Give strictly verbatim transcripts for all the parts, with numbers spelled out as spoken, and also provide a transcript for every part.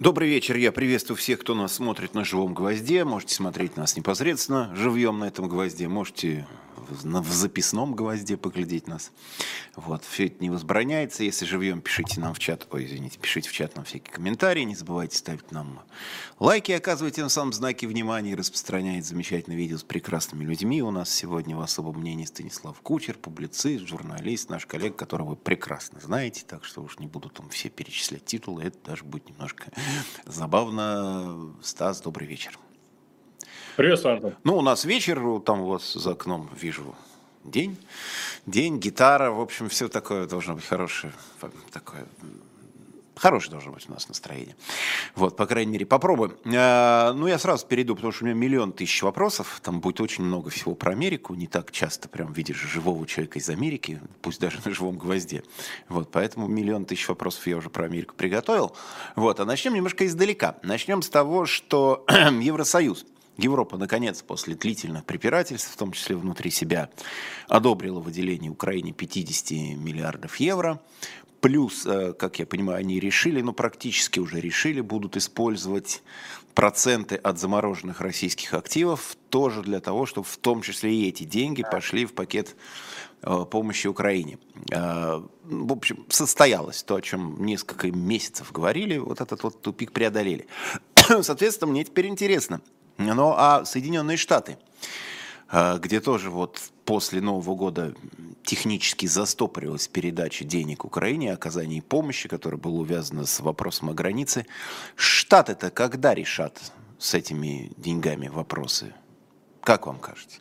Добрый вечер. Я приветствую всех, кто нас смотрит на живом гвозде. Можете смотреть нас непосредственно живьем на этом гвозде. Можете в, на- в записном гвозде поглядеть нас. Вот. Все это не возбраняется. Если живьем, пишите нам в чат. Ой, извините, пишите в чат нам всякие комментарии. Не забывайте ставить нам лайки, оказывайте тем самым знаки внимания и распространяйте замечательные видео с прекрасными людьми. У нас сегодня в особом мнении Станислав Кучер, публицист, журналист, наш коллега, которого вы прекрасно знаете. Так что уж не буду там все перечислять титулы. Это даже будет немножко забавно. Стас, добрый вечер. Приветствую, Антон. Ну, у нас вечер, там у вас за окном вижу день. День, гитара, в общем, все такое должно быть хорошее. Такое, хорошее должно быть у нас настроение. Вот, по крайней мере, попробуем. А, ну, я сразу перейду, потому что у меня миллион тысяч вопросов. Там будет очень много всего про Америку. Не так часто прям видишь живого человека из Америки, пусть даже на живом гвозде. Вот, поэтому миллион тысяч вопросов я уже про Америку приготовил. Вот, а начнем немножко издалека. Начнем с того, что Евросоюз, Европа, наконец, после длительных препирательств, в том числе внутри себя, одобрила выделение Украине пятьдесят миллиардов евро. Плюс, как я понимаю, они решили, ну практически уже решили, будут использовать проценты от замороженных российских активов тоже для того, чтобы в том числе и эти деньги пошли в пакет помощи Украине. В общем, состоялось то, о чем несколько месяцев говорили, вот этот вот тупик преодолели. Соответственно, мне теперь интересно. Ну, а Соединенные Штаты, где тоже вот после Нового года технически застопорилась передача денег Украине, оказание помощи, которая была увязана с вопросом о границе. Штаты-то когда решат с этими деньгами вопросы? Как вам кажется?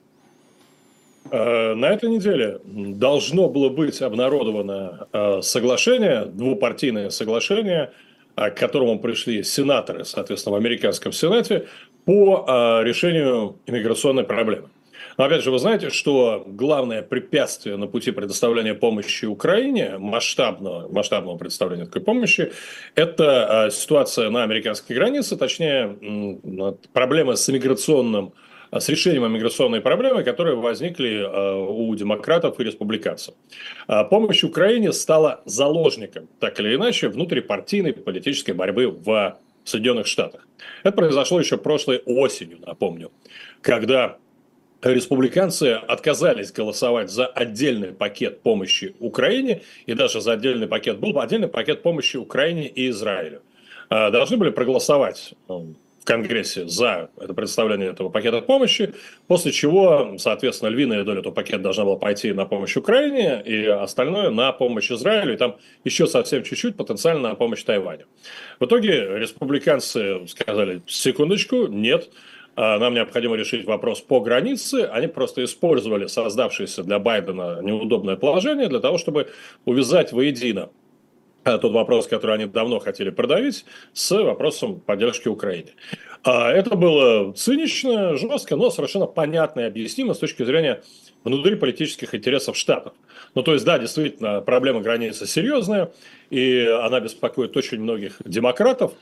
На этой неделе должно было быть обнародовано соглашение, двупартийное соглашение, к которому пришли сенаторы, соответственно, в американском Сенате, по решению иммиграционной проблемы. Но опять же, вы знаете, что главное препятствие на пути предоставления помощи Украине, масштабного, масштабного предоставления такой помощи, это ситуация на американской границе, точнее, проблема с иммиграционным с решением миграционной проблемы, которые возникли у демократов и республиканцев. Помощь Украине стала заложником, так или иначе, внутрипартийной политической борьбы в Соединенных Штатах. Это произошло еще прошлой осенью, напомню, когда республиканцы отказались голосовать за отдельный пакет помощи Украине, и даже за отдельный пакет, был бы отдельный пакет помощи Украине и Израилю. Должны были проголосовать в Конгрессе за это представление этого пакета помощи, после чего, соответственно, львиная доля этого пакета должна была пойти на помощь Украине, и остальное на помощь Израилю, и там еще совсем чуть-чуть потенциально на помощь Тайваню. В итоге республиканцы сказали: секундочку, нет, нам необходимо решить вопрос по границе. Они просто использовали создавшееся для Байдена неудобное положение для того, чтобы увязать воедино тот вопрос, который они давно хотели продавить, с вопросом поддержки Украине. Это было цинично, жестко, но совершенно понятно и объяснимо с точки зрения внутриполитических интересов Штатов. Ну, то есть, да, действительно, проблема границы серьезная, и она беспокоит очень многих демократов.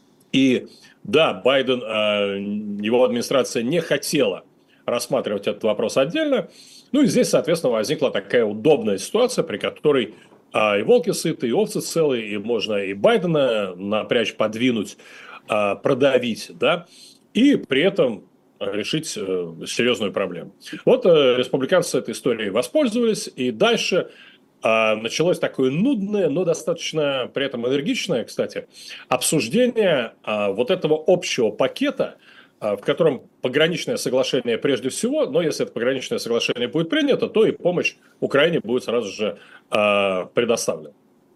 И да, Байден, его администрация не хотела рассматривать этот вопрос отдельно. Ну, и здесь, соответственно, возникла такая удобная ситуация, при которой и волки сыты, и овцы целые, и можно и Байдена напрячь, подвинуть, продавить, да, и при этом решить серьезную проблему. Вот республиканцы этой историей воспользовались, и дальше началось такое нудное, но достаточно при этом энергичное, кстати, обсуждение вот этого общего пакета, в котором пограничное соглашение прежде всего, но если это пограничное соглашение будет принято, то и помощь Украине будет сразу же э, предоставлена.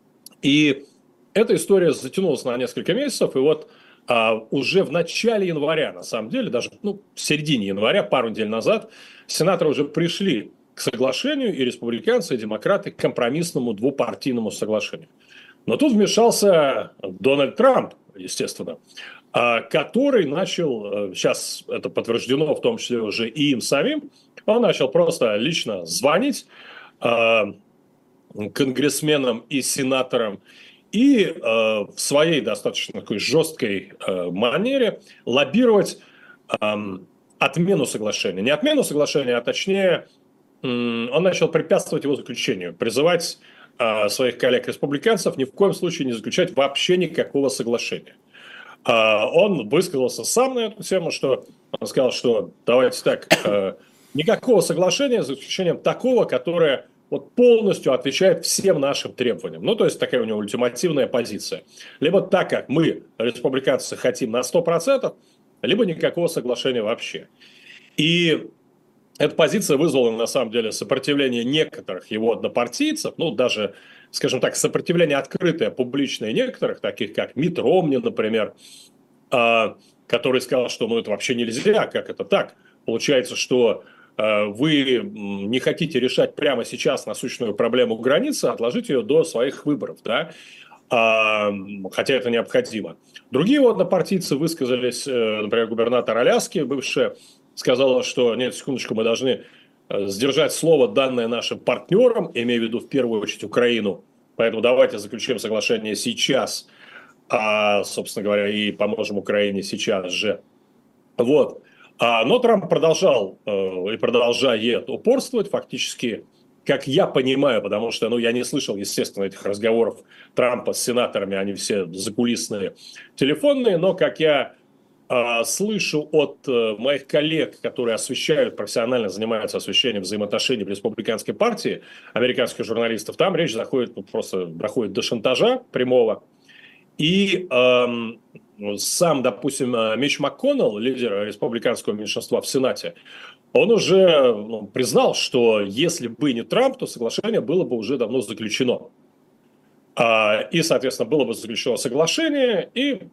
И эта история затянулась на несколько месяцев, и вот э, уже в начале января, на самом деле, даже ну, в середине января, пару недель назад, сенаторы уже пришли к соглашению, и республиканцы, и демократы, к компромиссному двупартийному соглашению. Но тут вмешался Дональд Трамп, естественно, который начал, сейчас это подтверждено в том числе уже и им самим, он начал просто лично звонить конгрессменам и сенаторам и в своей достаточно такой жесткой манере лоббировать отмену соглашения. Не отмену соглашения, а точнее он начал препятствовать его заключению, призывать своих коллег-республиканцев ни в коем случае не заключать вообще никакого соглашения. Он высказался сам на эту тему, что он сказал, что давайте так, никакого соглашения за исключением такого, которое вот полностью отвечает всем нашим требованиям. Ну, то есть такая у него ультимативная позиция. Либо так, как мы, республиканцы, хотим на сто процентов, либо никакого соглашения вообще. И эта позиция вызвала, на самом деле, сопротивление некоторых его однопартийцев, ну, даже, скажем так, сопротивление открытое, публичное некоторых, таких как Митт Ромни, например, который сказал, что ну, это вообще нельзя, как это так? Получается, что вы не хотите решать прямо сейчас насущную проблему границы, отложить ее до своих выборов, да? Хотя это необходимо. Другие вот однопартийцы высказались, например, губернатор Аляски, бывшая, сказала, что нет, секундочку, мы должны сдержать слово, данное нашим партнерам, имея в виду в первую очередь Украину, поэтому давайте заключим соглашение сейчас, а, собственно говоря, и поможем Украине сейчас же. Вот. А, но Трамп продолжал э, и продолжает упорствовать, фактически, как я понимаю, потому что ну, я не слышал, естественно, этих разговоров Трампа с сенаторами, они все закулисные, телефонные, но как я э, слышу от э, моих коллег, которые освещают, профессионально занимаются освещением взаимоотношений в республиканской партии, американских журналистов, там речь заходит, ну, просто доходит до шантажа прямого. И эм, сам, допустим, Митч МакКоннелл, лидер республиканского меньшинства в Сенате, он уже ну, признал, что если бы не Трамп, то соглашение было бы уже давно заключено. А, и, соответственно, было бы заключено соглашение, и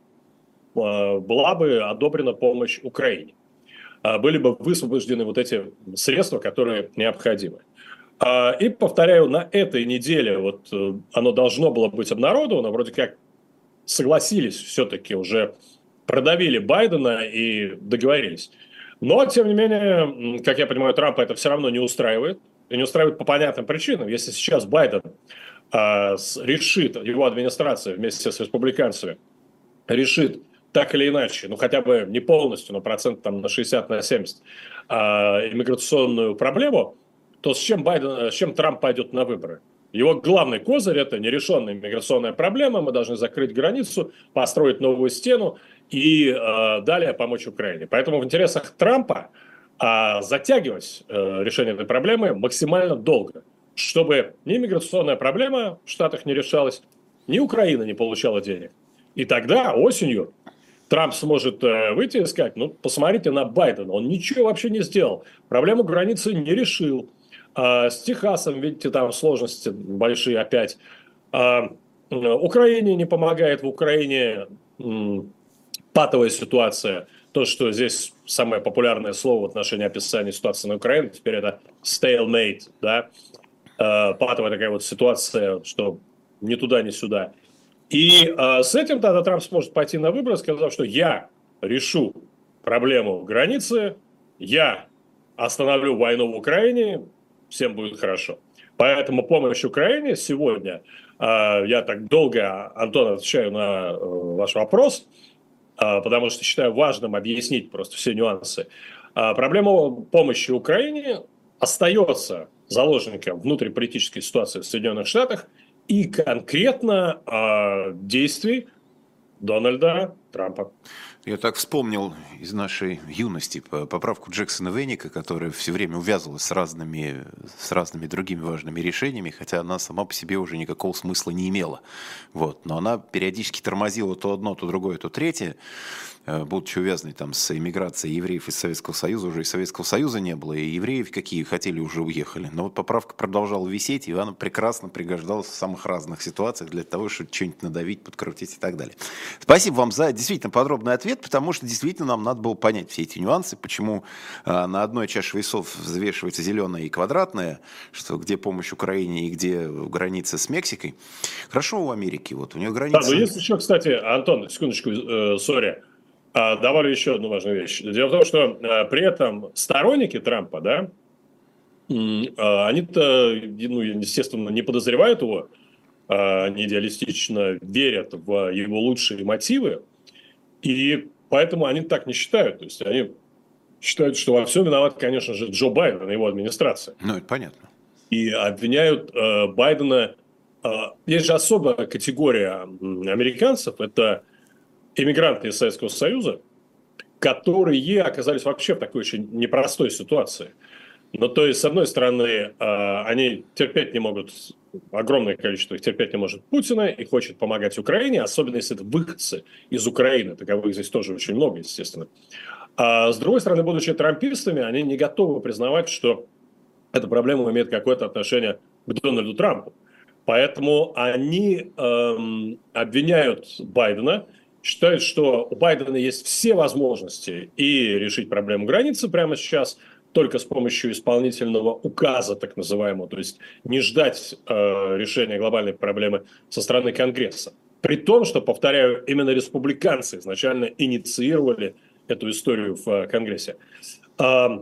а, была бы одобрена помощь Украине. А, были бы высвобождены вот эти средства, которые необходимы. А, и, повторяю, на этой неделе вот, оно должно было быть обнародовано, вроде как согласились все-таки, уже продавили Байдена и договорились. Но, тем не менее, как я понимаю, Трампа это все равно не устраивает. И не устраивает по понятным причинам. Если сейчас Байден э, решит, его администрация вместе с республиканцами решит так или иначе, ну хотя бы не полностью, но процент там на шестьдесят, на семьдесят, э, иммиграционную проблему, то с чем, Байден, с чем Трамп пойдет на выборы? Его главный козырь – это нерешенная миграционная проблема. Мы должны закрыть границу, построить новую стену и э, далее помочь Украине. Поэтому в интересах Трампа э, затягивать э, решение этой проблемы максимально долго, чтобы ни миграционная проблема в Штатах не решалась, ни Украина не получала денег. И тогда осенью Трамп сможет э, выйти и сказать, ну, посмотрите на Байдена, он ничего вообще не сделал, проблему границы не решил. А, с Техасом, видите, там сложности большие опять. А, Украине не помогает, в Украине м, патовая ситуация. То, что здесь самое популярное слово в отношении описания ситуации на Украине, теперь это stalemate, да, а, патовая такая вот ситуация, что ни туда, ни сюда. И а, с этим тогда Трамп сможет пойти на выборы, сказав, что я решу проблему границы, я остановлю войну в Украине, всем будет хорошо. Поэтому помощь Украине сегодня, э, я так долго, Антон, отвечаю на э, ваш вопрос, э, потому что считаю важным объяснить просто все нюансы. Э, проблема помощи Украине остается заложником внутриполитической ситуации в Соединенных Штатах и конкретно э, действий Дональда Трампа. Я так вспомнил из нашей юности поправку Джексона Веника, которая все время увязывалась с разными, с разными другими важными решениями, хотя она сама по себе уже никакого смысла не имела. Вот. Но она периодически тормозила то одно, то другое, то третье, будучи увязанной там с эмиграцией евреев из Советского Союза. Уже и Советского Союза не было, и евреев какие хотели уже уехали. Но вот поправка продолжала висеть, и она прекрасно пригождалась в самых разных ситуациях для того, чтобы что-нибудь надавить, подкрутить и так далее. Спасибо вам за действительно подробный ответ, потому что действительно нам надо было понять все эти нюансы, почему а, на одной чаше весов взвешивается зеленое и квадратное, что где помощь Украине и где граница с Мексикой. Хорошо у Америки, вот у нее граница... Да, но есть еще, кстати, Антон, секундочку, сори, э, добавлю еще одну важную вещь. Дело в том, что э, при этом сторонники Трампа, да, э, они-то, ну, естественно, не подозревают его, э, они идеалистично верят в его лучшие мотивы, и поэтому они так не считают. То есть они считают, что во всем виноват, конечно же, Джо Байден и его администрация. Ну, это понятно. И обвиняют э, Байдена. Э, есть же особая категория американцев, это иммигранты из Советского Союза, которые оказались вообще в такой очень непростой ситуации. Ну, то есть, с одной стороны, они терпеть не могут, огромное количество их терпеть не может Путина и хочет помогать Украине, особенно если это выходцы из Украины, таковых здесь тоже очень много, естественно. А с другой стороны, будучи трампистами, они не готовы признавать, что эта проблема имеет какое-то отношение к Дональду Трампу. Поэтому они эм, обвиняют Байдена, считают, что у Байдена есть все возможности и решить проблему границы прямо сейчас, только с помощью исполнительного указа, так называемого, то есть не ждать э, решения глобальной проблемы со стороны Конгресса. При том, что, повторяю, именно республиканцы изначально инициировали эту историю в э, Конгрессе. Э,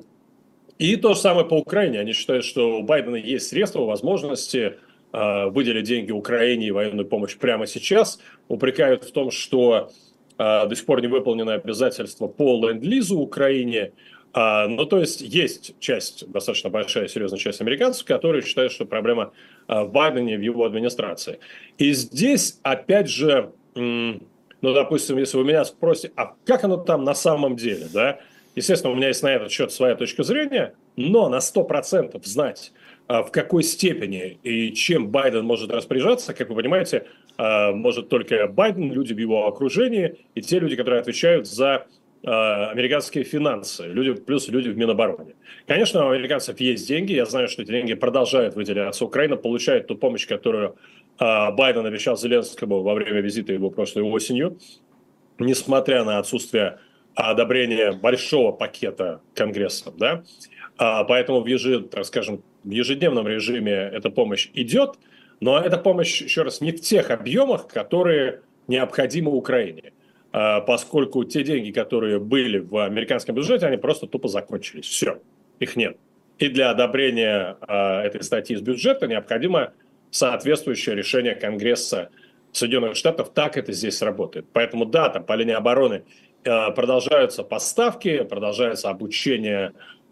и то же самое по Украине. Они считают, что у Байдена есть средства, возможности э, выделить деньги Украине и военную помощь прямо сейчас. Упрекают в том, что э, до сих пор не выполнены обязательства по ленд-лизу Украине. А, ну, то есть, есть часть, достаточно большая, серьезная часть американцев, которые считают, что проблема а, в Байдене, в его администрации. И здесь, опять же, м, ну, допустим, если вы меня спросите, а как оно там на самом деле, да? Естественно, у меня есть на этот счет своя точка зрения, но на сто процентов знать, а, в какой степени и чем Байден может распоряжаться, как вы понимаете, а, может только Байден, люди в его окружении и те люди, которые отвечают за американские финансы, люди, плюс люди в Минобороне. Конечно, у американцев есть деньги, я знаю, что эти деньги продолжают выделяться. Украина получает ту помощь, которую э, Байден обещал Зеленскому во время визита его прошлой осенью, несмотря на отсутствие одобрения большого пакета Конгресса. Да? А, поэтому в, ежи, так скажем, в ежедневном режиме эта помощь идет, но эта помощь, еще раз, не в тех объемах, которые необходимы Украине. Поскольку те деньги, которые были в американском бюджете, они просто тупо закончились. Все, их нет. И для одобрения э, этой статьи из бюджета необходимо соответствующее решение Конгресса Соединенных Штатов. Так это здесь работает. Поэтому да, там по линии обороны э, продолжаются поставки, продолжается обучение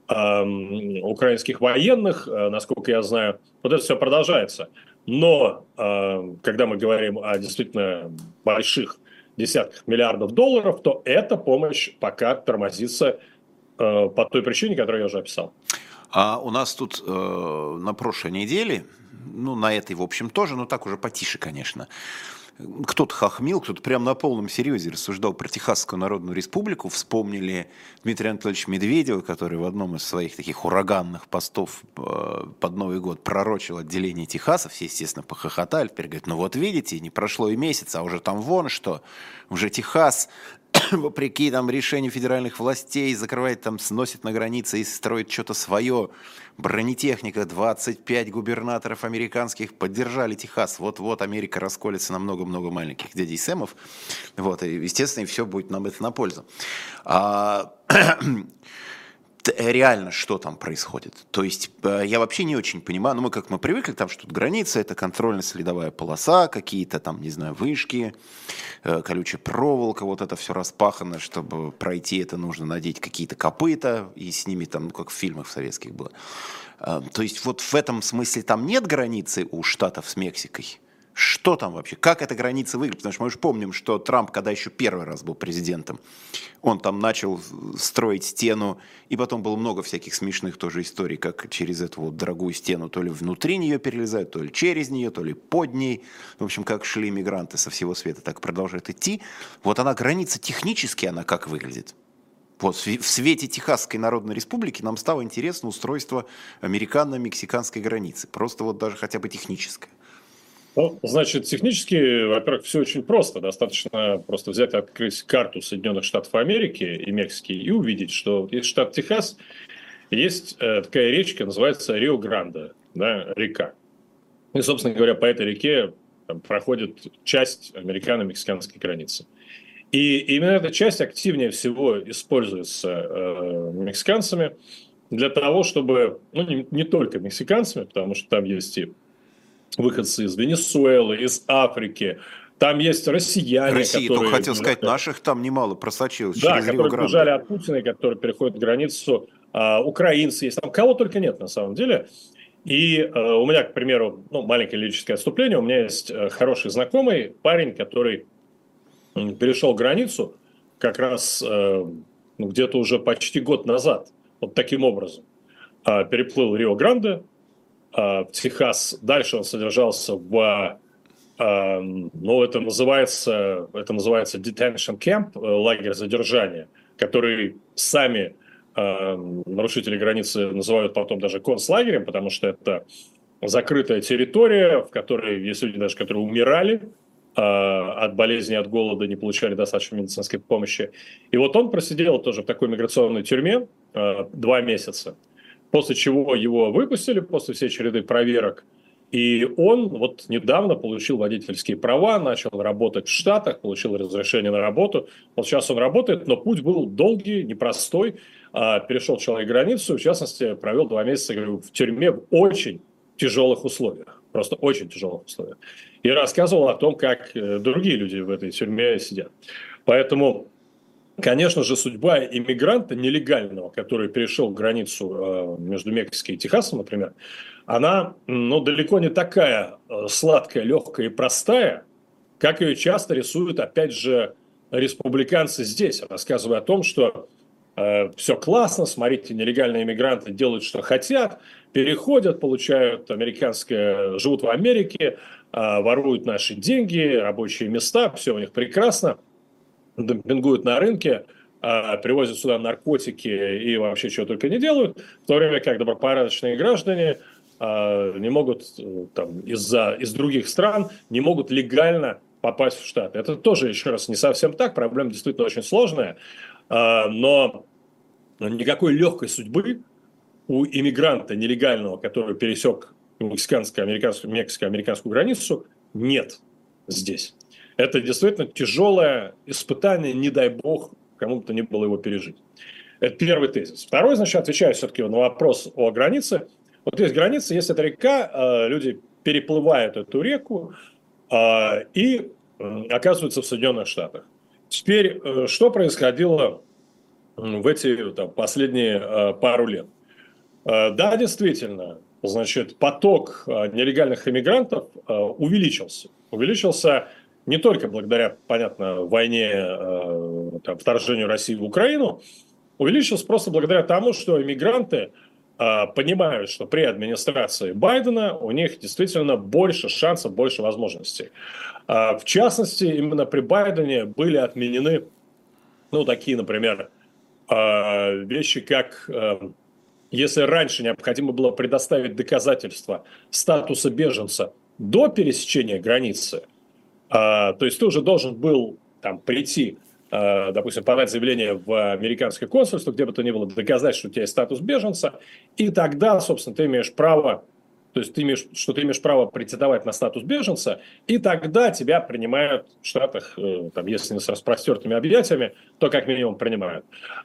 э, украинских военных, э, насколько я знаю. Вот это все продолжается. Но э, когда мы говорим о действительно больших десятках миллиардов долларов, то эта помощь пока тормозится э, по той причине, которую я уже описал. А у нас тут э, на прошлой неделе, ну, на этой, в общем, тоже, но так уже потише, конечно, кто-то хохмил, кто-то прям на полном серьезе рассуждал про Техасскую Народную Республику. Вспомнили Дмитрия Анатольевича Медведева, который в одном из своих таких ураганных постов под Новый год пророчил отделение Техаса. Все, естественно, похохотали. Теперь говорят, ну вот видите, не прошло и месяца, а уже там вон что. Уже Техас, вопреки там решению федеральных властей, закрывает там, сносит на границе и строит что-то свое. Бронетехника, двадцать пять губернаторов американских поддержали Техас. Вот-вот Америка расколется на много-много маленьких дядей Сэмов. Вот, и, естественно, и все будет нам это на пользу. А, реально, что там происходит? То есть, я вообще не очень понимаю, ну, мы как мы привыкли, там, что тут граница, это контрольно-следовая полоса, какие-то там, не знаю, вышки, колючая проволока, вот это все распахано, чтобы пройти это нужно надеть какие-то копыта, и с ними там, ну, как в фильмах советских было. То есть, вот в этом смысле там нет границы у Штатов с Мексикой? Что там вообще? Как эта граница выглядит? Потому что мы же помним, что Трамп, когда еще первый раз был президентом, он там начал строить стену, и потом было много всяких смешных тоже историй, как через эту вот дорогую стену то ли внутри нее перелезают, то ли через нее, то ли под ней. В общем, как шли мигранты со всего света, так продолжают идти. Вот она, граница технически, она как выглядит? Вот в свете Техасской Народной Республики нам стало интересно устройство американо-мексиканской границы. Просто вот даже хотя бы техническое. Ну, значит, технически, во-первых, все очень просто. Достаточно просто взять и открыть карту Соединенных Штатов Америки и Мексики и увидеть, что есть штат Техас, есть э, такая речка, называется Рио-Гранде, да, река. И, собственно говоря, по этой реке там проходит часть американо-мексиканской границы. И именно эта часть активнее всего используется э, мексиканцами для того, чтобы, ну, не, не только мексиканцами, потому что там есть и выходцы из Венесуэлы, из Африки. Там есть россияне, России, которые... только хотел сказать, наших там немало просочилось да, через которые Рио-Гранде. бежали от Путина, которые переходят границу. А, украинцы есть. Там кого только нет на самом деле. И а, у меня, к примеру, ну, маленькое лирическое отступление. У меня есть а, хороший знакомый, парень, который перешел границу как раз э, ну, где-то уже почти год назад. Вот таким образом. Э, переплыл Рио-Гранде э, в Техас. Дальше он содержался в... Э, ну, это называется, это называется detention camp, э, лагерь задержания, который сами э, нарушители границы называют потом даже концлагерем, потому что это закрытая территория, в которой есть люди даже, которые умирали э, от болезни, от голода, не получали достаточно медицинской помощи. И вот он просидел тоже в такой миграционной тюрьме э, два месяца, после чего его выпустили после всей череды проверок. И он вот недавно получил водительские права, начал работать в Штатах, получил разрешение на работу. Вот сейчас он работает, но путь был долгий, непростой. Э, перешел человек границу, в частности, провел два месяца говорю, в тюрьме в очень тяжелых условиях, просто очень тяжелых условиях. И рассказывал о том, как другие люди в этой тюрьме сидят. Поэтому, конечно же, судьба иммигранта нелегального, который перешел границу между Мексикой и Техасом, например, она ну, далеко не такая сладкая, легкая и простая, как ее часто рисуют, опять же, республиканцы здесь, рассказывая о том, что все классно, смотрите, нелегальные иммигранты делают, что хотят, переходят, получают американское, живут в Америке, воруют наши деньги, рабочие места, все у них прекрасно, демпингуют на рынке, привозят сюда наркотики и вообще чего только не делают, в то время как добропорядочные граждане не могут там, из-за, из других стран не могут легально попасть в Штаты. Это тоже, еще раз, не совсем так, проблема действительно очень сложная. Но никакой легкой судьбы у иммигранта нелегального, который пересек мексиканско-американскую, мексико-американскую границу, нет здесь. Это действительно тяжелое испытание, не дай бог, кому-то не было его пережить. Это первый тезис. Второй, значит, отвечаю все-таки на вопрос о границе. Вот есть граница, есть эта река, люди переплывают эту реку и оказываются в Соединенных Штатах. Теперь, что происходило в эти там, последние э, пару лет? Э, да, действительно, значит, поток э, нелегальных иммигрантов э, увеличился. Увеличился не только благодаря, понятно, войне, э, там, вторжению России в Украину, увеличился просто благодаря тому, что иммигранты э, понимают, что при администрации Байдена у них действительно больше шансов, больше возможностей. Э, в частности, именно при Байдене были отменены, ну, такие, например, вещи, как если раньше необходимо было предоставить доказательства статуса беженца до пересечения границы, то есть ты уже должен был там прийти, допустим, подать заявление в американское консульство, где бы то ни было, доказать, что у тебя есть статус беженца, и тогда, собственно, ты имеешь право, то есть ты имеешь, что ты имеешь право претендовать на статус беженца, и тогда тебя принимают в Штатах, там, если не с распростертыми объятиями, то как минимум принимают.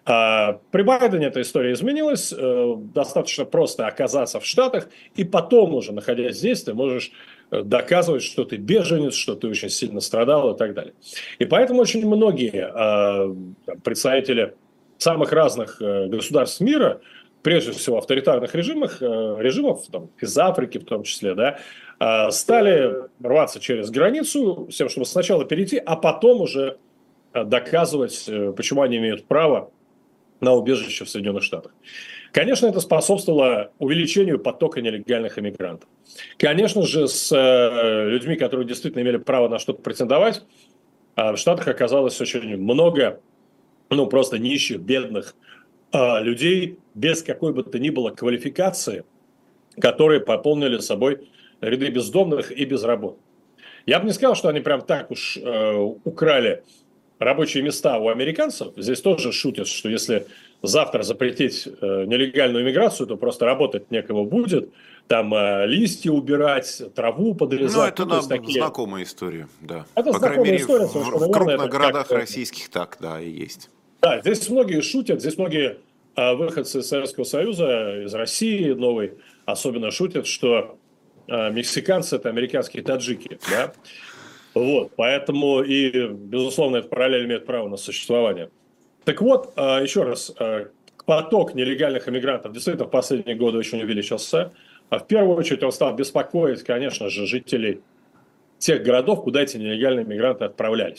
А при Байдене эта история изменилась, достаточно просто оказаться в Штатах, и потом уже, находясь здесь, ты можешь доказывать, что ты беженец, что ты очень сильно страдал и так далее. И поэтому очень многие представители самых разных государств мира, прежде всего авторитарных режимах, режимов там, из Африки в том числе, да, стали рваться через границу, с тем, чтобы сначала перейти, а потом уже доказывать, почему они имеют право на убежище в Соединенных Штатах. Конечно, это способствовало увеличению потока нелегальных иммигрантов. Конечно же, с людьми, которые действительно имели право на что-то претендовать, в Штатах оказалось очень много, ну, просто нищих, бедных людей без какой бы то ни было квалификации, которые пополнили собой ряды бездомных и безработных. Я бы не сказал, что они прям так уж э, украли рабочие места у американцев. Здесь тоже шутят, что если завтра запретить э, нелегальную иммиграцию, то просто работать некому будет. Там э, листья убирать, траву подрезать. Ну, это ну, нам такие... знакомая история, да. Это По крайней мере, история, в, в крупных городах как... российских так, да, и есть. Да, здесь многие шутят, здесь многие э, выходцы из Советского Союза, из России новой, особенно шутят, что э, мексиканцы – это американские таджики, да? Вот, поэтому и, безусловно, этот параллель имеет право на существование. Так вот, э, еще раз, э, поток нелегальных иммигрантов действительно в последние годы очень увеличился. А в первую очередь он стал беспокоить, конечно же, жителей тех городов, куда эти нелегальные иммигранты отправлялись.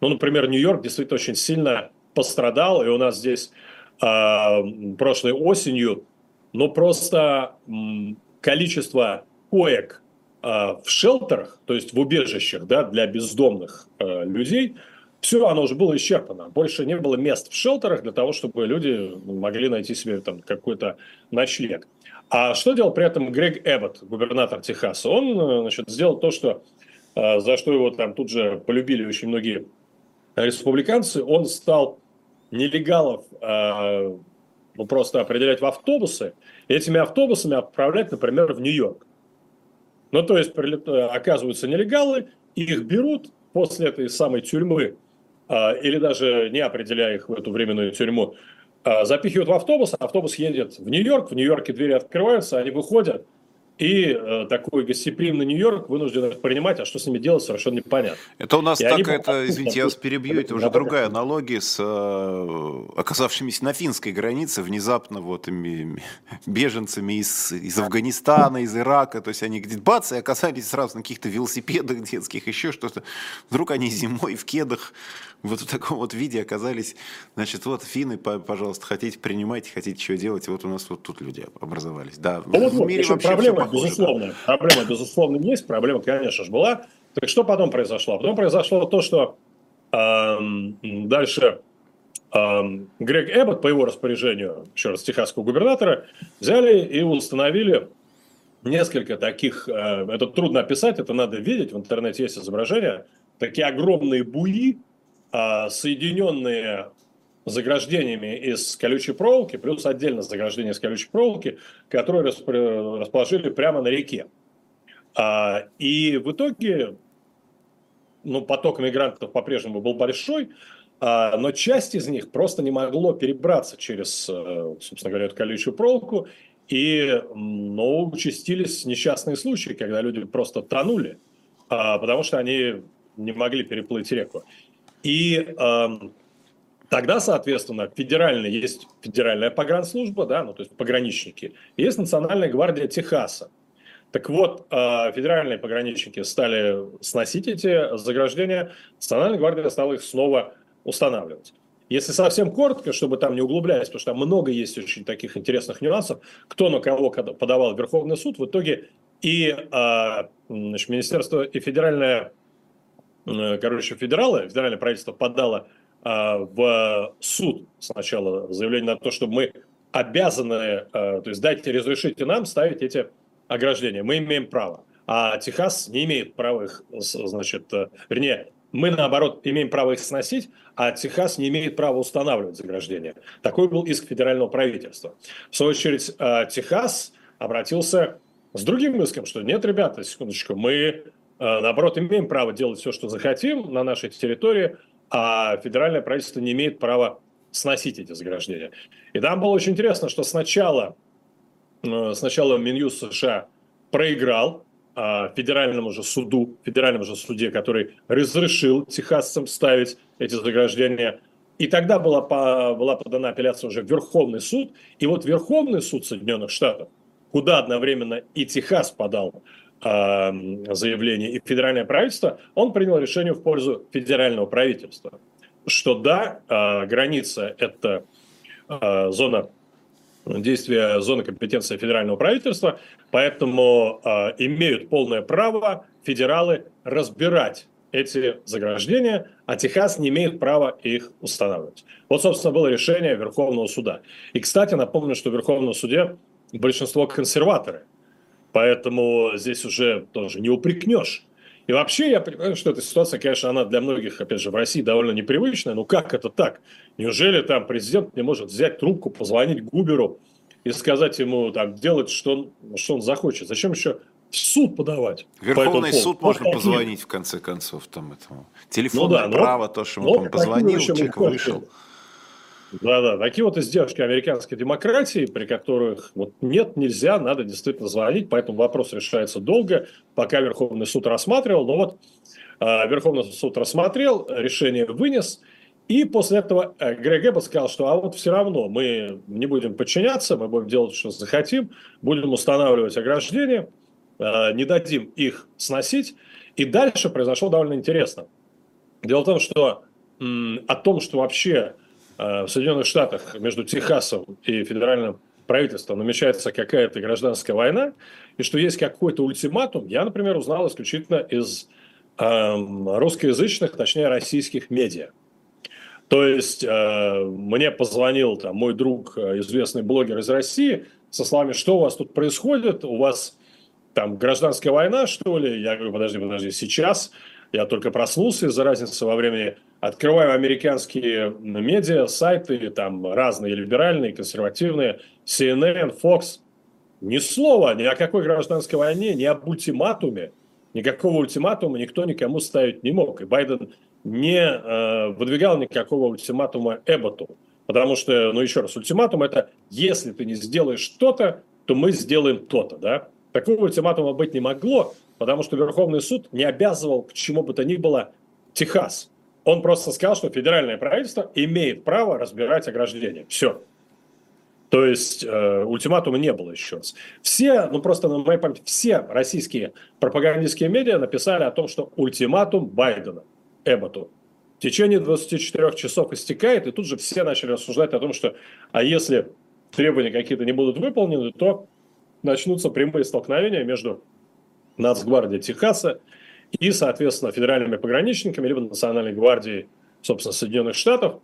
Ну, например, Нью-Йорк действительно очень сильно пострадал, и у нас здесь э, прошлой осенью, ну, просто м, количество коек э, в шелтерах, то есть в убежищах, да, для бездомных э, людей, все, оно уже было исчерпано. Больше не было мест в шелтерах для того, чтобы люди могли найти себе там какой-то ночлег. А что делал при этом Грег Эббот, губернатор Техаса? Он, значит, сделал то, что, э, за что его там тут же полюбили очень многие республиканцы. Он стал нелегалов э, ну, просто определять в автобусы, и этими автобусами отправлять, например, в Нью-Йорк. Ну, то есть, оказываются нелегалы, их берут после этой самой тюрьмы, или даже не определяя их в эту временную тюрьму, запихивают в автобус, автобус едет в Нью-Йорк, в Нью-Йорке двери открываются, они выходят, и э, такой гостеприимный Нью-Йорк вынужден их принимать, а что с ними делать, совершенно непонятно. Это у нас И так, они это, извините, я вас перебью, это уже Да, другая аналогия с э, оказавшимися на финской границе внезапно вот ими, беженцами из, из Афганистана, из Ирака, то есть они где-то бац, и оказались сразу на каких-то велосипедах детских, еще что-то. Вдруг они зимой в кедах вот в таком вот виде оказались, значит, вот финны, пожалуйста, хотите принимайте, хотите что делать, вот у нас вот тут люди образовались. Да, ну, в вот, мире вообще проблема, все похоже. Безусловно, Да. проблема, безусловно, есть, проблема, конечно же, была. Так что потом произошло? Потом произошло то, что эм, дальше эм, Грег Эббот, по его распоряжению, еще раз, техасского губернатора, взяли и установили несколько таких, э, это трудно описать, это надо видеть, в интернете есть изображения, такие огромные буи, э, соединенные заграждениями из колючей проволоки, плюс отдельно заграждение из колючей проволоки, которые расположили прямо на реке. А, и в итоге, ну, поток мигрантов по-прежнему был большой, а, но часть из них просто не могло перебраться через, собственно говоря, эту колючую проволоку, и, ну, участились несчастные случаи, когда люди просто тонули, а, потому что они не могли переплыть реку. И а, тогда, соответственно, федеральная, есть федеральная погранслужба, да, ну, то есть пограничники, есть Национальная гвардия Техаса. Так вот, федеральные пограничники стали сносить эти заграждения, Национальная гвардия стала их снова устанавливать. Если совсем коротко, чтобы там не углубляясь, потому что там много есть очень таких интересных нюансов, кто на кого подавал в Верховный суд, в итоге и значит, Министерство, и федеральное, короче, федералы, федеральное правительство подало в суд сначала заявление на то, что мы обязаны, то есть дайте, разрешите нам ставить эти ограждения. Мы имеем право. А Техас не имеет права их, значит, вернее, мы, наоборот, имеем право их сносить, а Техас не имеет права устанавливать заграждения. Такой был иск федерального правительства. В свою очередь, Техас обратился с другим иском, что нет, ребята, секундочку, мы, наоборот, имеем право делать все, что захотим на нашей территории, а федеральное правительство не имеет права сносить эти заграждения. И там было очень интересно, что сначала, сначала Минюст США проиграл а, федеральному же суду, федеральному же суде, который разрешил техасцам ставить эти заграждения. И тогда была, по, была подана апелляция уже в Верховный суд. И вот Верховный суд Соединенных Штатов, куда одновременно и Техас подал а, заявление, и федеральное правительство, он принял решение в пользу федерального правительства, что да, а, граница – это а, зона действия, зоны компетенции федерального правительства, поэтому а, имеют полное право федералы разбирать эти заграждения, а Техас не имеет права их устанавливать. Вот, собственно, было решение Верховного суда. И, кстати, напомню, что в Верховном суде большинство консерваторы, поэтому здесь уже тоже не упрекнешь. И вообще я понимаю, что эта ситуация, конечно, она для многих, опять же, в России довольно непривычная. Ну как это так? Неужели там президент не может взять трубку, позвонить Губеру и сказать ему там делать, что он, что он захочет? Зачем еще в суд подавать? Верховный суд можно позвонить, в конце концов, там этому. Телефонное ну, да, право, но, то, что он позвонил, человек вышел. Да-да, такие вот издержки американской демократии, при которых вот нет, нельзя, надо действительно звонить, поэтому вопрос решается долго, пока Верховный суд рассматривал. Но вот э, Верховный суд рассмотрел, решение вынес, и после этого э, Грег Эббот сказал, что а вот все равно мы не будем подчиняться, мы будем делать, что захотим, будем устанавливать ограждения, э, не дадим их сносить. И дальше произошло довольно интересно. Дело в том, что о том, что вообще в Соединенных Штатах между Техасом и федеральным правительством намечается какая-то гражданская война, и что есть какой-то ультиматум, я, например, узнал исключительно из э, русскоязычных, точнее, российских медиа. То есть э, мне позвонил там, мой друг, известный блогер из России, со словами, что у вас тут происходит, у вас там гражданская война, что ли? Я говорю, подожди, подожди, сейчас я только проснулся из-за разницы во времени, открываю американские медиа, сайты, там разные либеральные, консервативные, си эн эн, Fox. Ни слова ни о какой гражданской войне, ни об ультиматуме. Никакого ультиматума никто никому ставить не мог. И Байден не э, выдвигал никакого ультиматума Эбботу. Потому что, ну еще раз, ультиматум – это если ты не сделаешь что-то, то мы сделаем то-то, да? Такого ультиматума быть не могло, потому что Верховный суд не обязывал к чему бы то ни было Техас. Он просто сказал, что федеральное правительство имеет право разбирать ограждения. Все. То есть э, ультиматума не было еще раз. Все, ну просто на моей памяти, все российские пропагандистские медиа написали о том, что ультиматум Байдена Эбботу в течение двадцати четырёх часов истекает, и тут же все начали рассуждать о том, что а если требования какие-то не будут выполнены, то начнутся прямые столкновения между Нацгвардией Техаса и, соответственно, федеральными пограничниками, либо Национальной гвардией, собственно, Соединенных Штатов.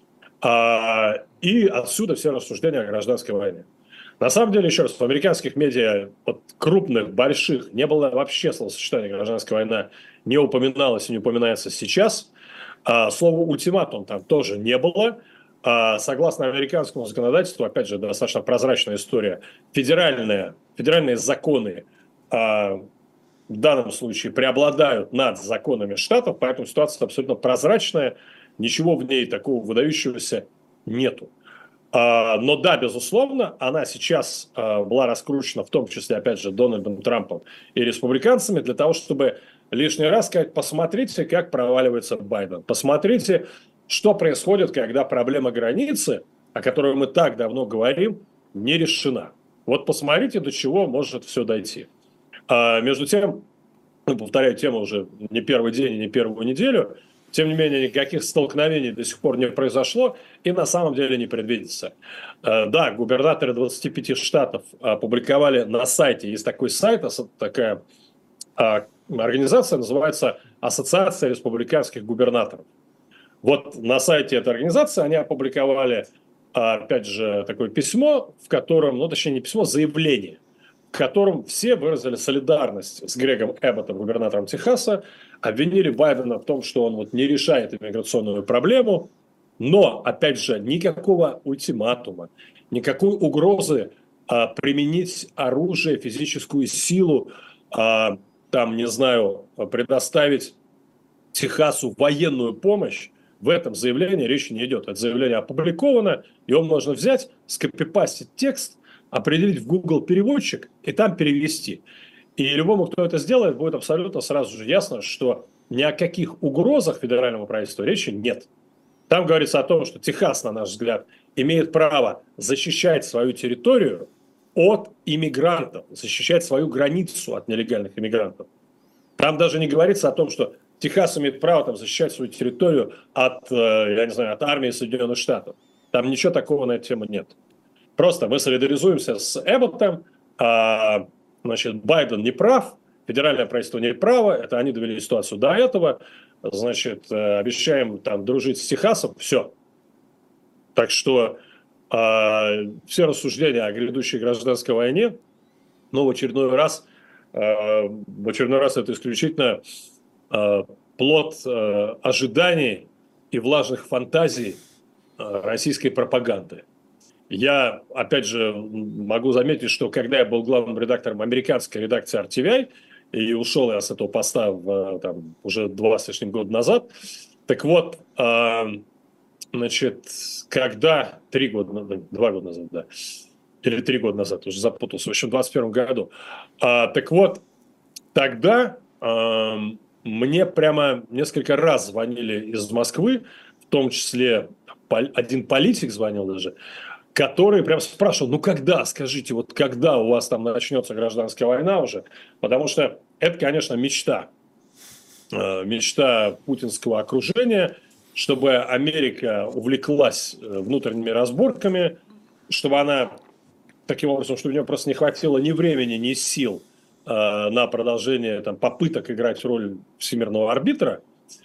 А, и отсюда все рассуждения о гражданской войне. На самом деле, еще раз, в американских медиа, вот, крупных, больших, не было вообще словосочетания «гражданская война», не упоминалось и не упоминается сейчас. А, слово «ультиматум» там тоже не было. А, согласно американскому законодательству, опять же, достаточно прозрачная история, федеральные, федеральные законы а, в данном случае преобладают над законами штатов, поэтому ситуация абсолютно прозрачная, ничего в ней такого выдающегося нету. А, но да, безусловно, она сейчас а, была раскручена, в том числе, опять же, Дональдом Трампом и республиканцами, для того, чтобы лишний раз сказать, посмотрите, как проваливается Байден, посмотрите, что происходит, когда проблема границы, о которой мы так давно говорим, не решена. Вот посмотрите, до чего может все дойти. А между тем, ну, повторяю, тему уже не первый день и не первую неделю, тем не менее, никаких столкновений до сих пор не произошло и на самом деле не предвидится. Да, губернаторы двадцати пяти штатов опубликовали на сайте, есть такой сайт, такая организация, называется Ассоциация республиканских губернаторов. Вот на сайте этой организации они опубликовали, опять же, такое письмо, в котором, ну, точнее, не письмо, заявление, в котором все выразили солидарность с Грегом Эбботом, губернатором Техаса, обвинили Байдена в том, что он вот не решает иммиграционную проблему, но, опять же, никакого ультиматума, никакой угрозы а, применить оружие, физическую силу, а, там, не знаю, предоставить Техасу военную помощь, в этом заявлении речи не идет. Это заявление опубликовано, его можно взять, скопипастить текст, определить в Google переводчик и там перевести. И любому, кто это сделает, будет абсолютно сразу же ясно, что ни о каких угрозах федеральному правительству речи нет. Там говорится о том, что Техас, на наш взгляд, имеет право защищать свою территорию от иммигрантов, защищать свою границу от нелегальных иммигрантов. Там даже не говорится о том, что Техас имеет право там, защищать свою территорию от, я не знаю, от армии Соединенных Штатов. Там ничего такого на эту тему нет. Просто мы солидаризуемся с Эбботом, а, значит, Байден не прав, федеральное правительство не право, это они довели ситуацию до этого, значит, обещаем там дружить с Техасом, все. Так что а, все рассуждения о грядущей гражданской войне, ну, в очередной раз, а, в очередной раз это исключительно а, плод а, ожиданий и влажных фантазий а, российской пропаганды. Я, опять же, могу заметить, что когда я был главным редактором американской редакции ар ти ви ай, и ушел я с этого поста в, там, уже два с лишним года назад, так вот, э, значит, когда, три года, два года назад, да, или три года назад, уже запутался, в общем, в двадцать первом году, э, так вот, тогда э, мне прямо несколько раз звонили из Москвы, в том числе один политик звонил даже, который прям спрашивал, ну когда, скажите, вот когда у вас там начнется гражданская война уже, потому что это, конечно, мечта, мечта путинского окружения, чтобы Америка увлеклась внутренними разборками, чтобы она таким образом, чтобы у нее просто не хватило ни времени, ни сил э, на продолжение там, попыток играть роль всемирного арбитра.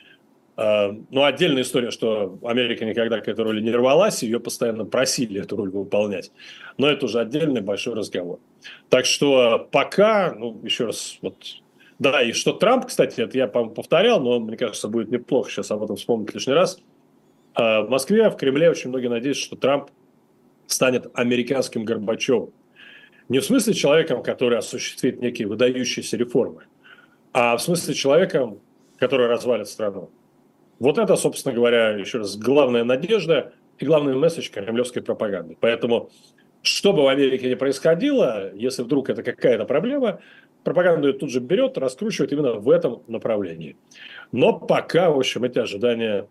Э, ну, отдельная история, что Америка никогда к этой роли не рвалась, ее постоянно просили эту роль выполнять. Но это уже отдельный большой разговор. Так что пока, ну, еще раз, вот, да, и что Трамп, кстати, это я, по-моему, повторял, но мне кажется, будет неплохо сейчас об этом вспомнить лишний раз. Э, в Москве, в Кремле очень многие надеются, что Трамп станет американским Горбачевым. Не в смысле человеком, который осуществит некие выдающиеся реформы, а в смысле человеком, который развалит страну. Вот это, собственно говоря, еще раз, главная надежда и главный месседж кремлевской пропаганды. Поэтому, что бы в Америке ни происходило, если вдруг это какая-то проблема, пропаганду ее тут же берет, раскручивает именно в этом направлении. Но пока, в общем, эти ожидания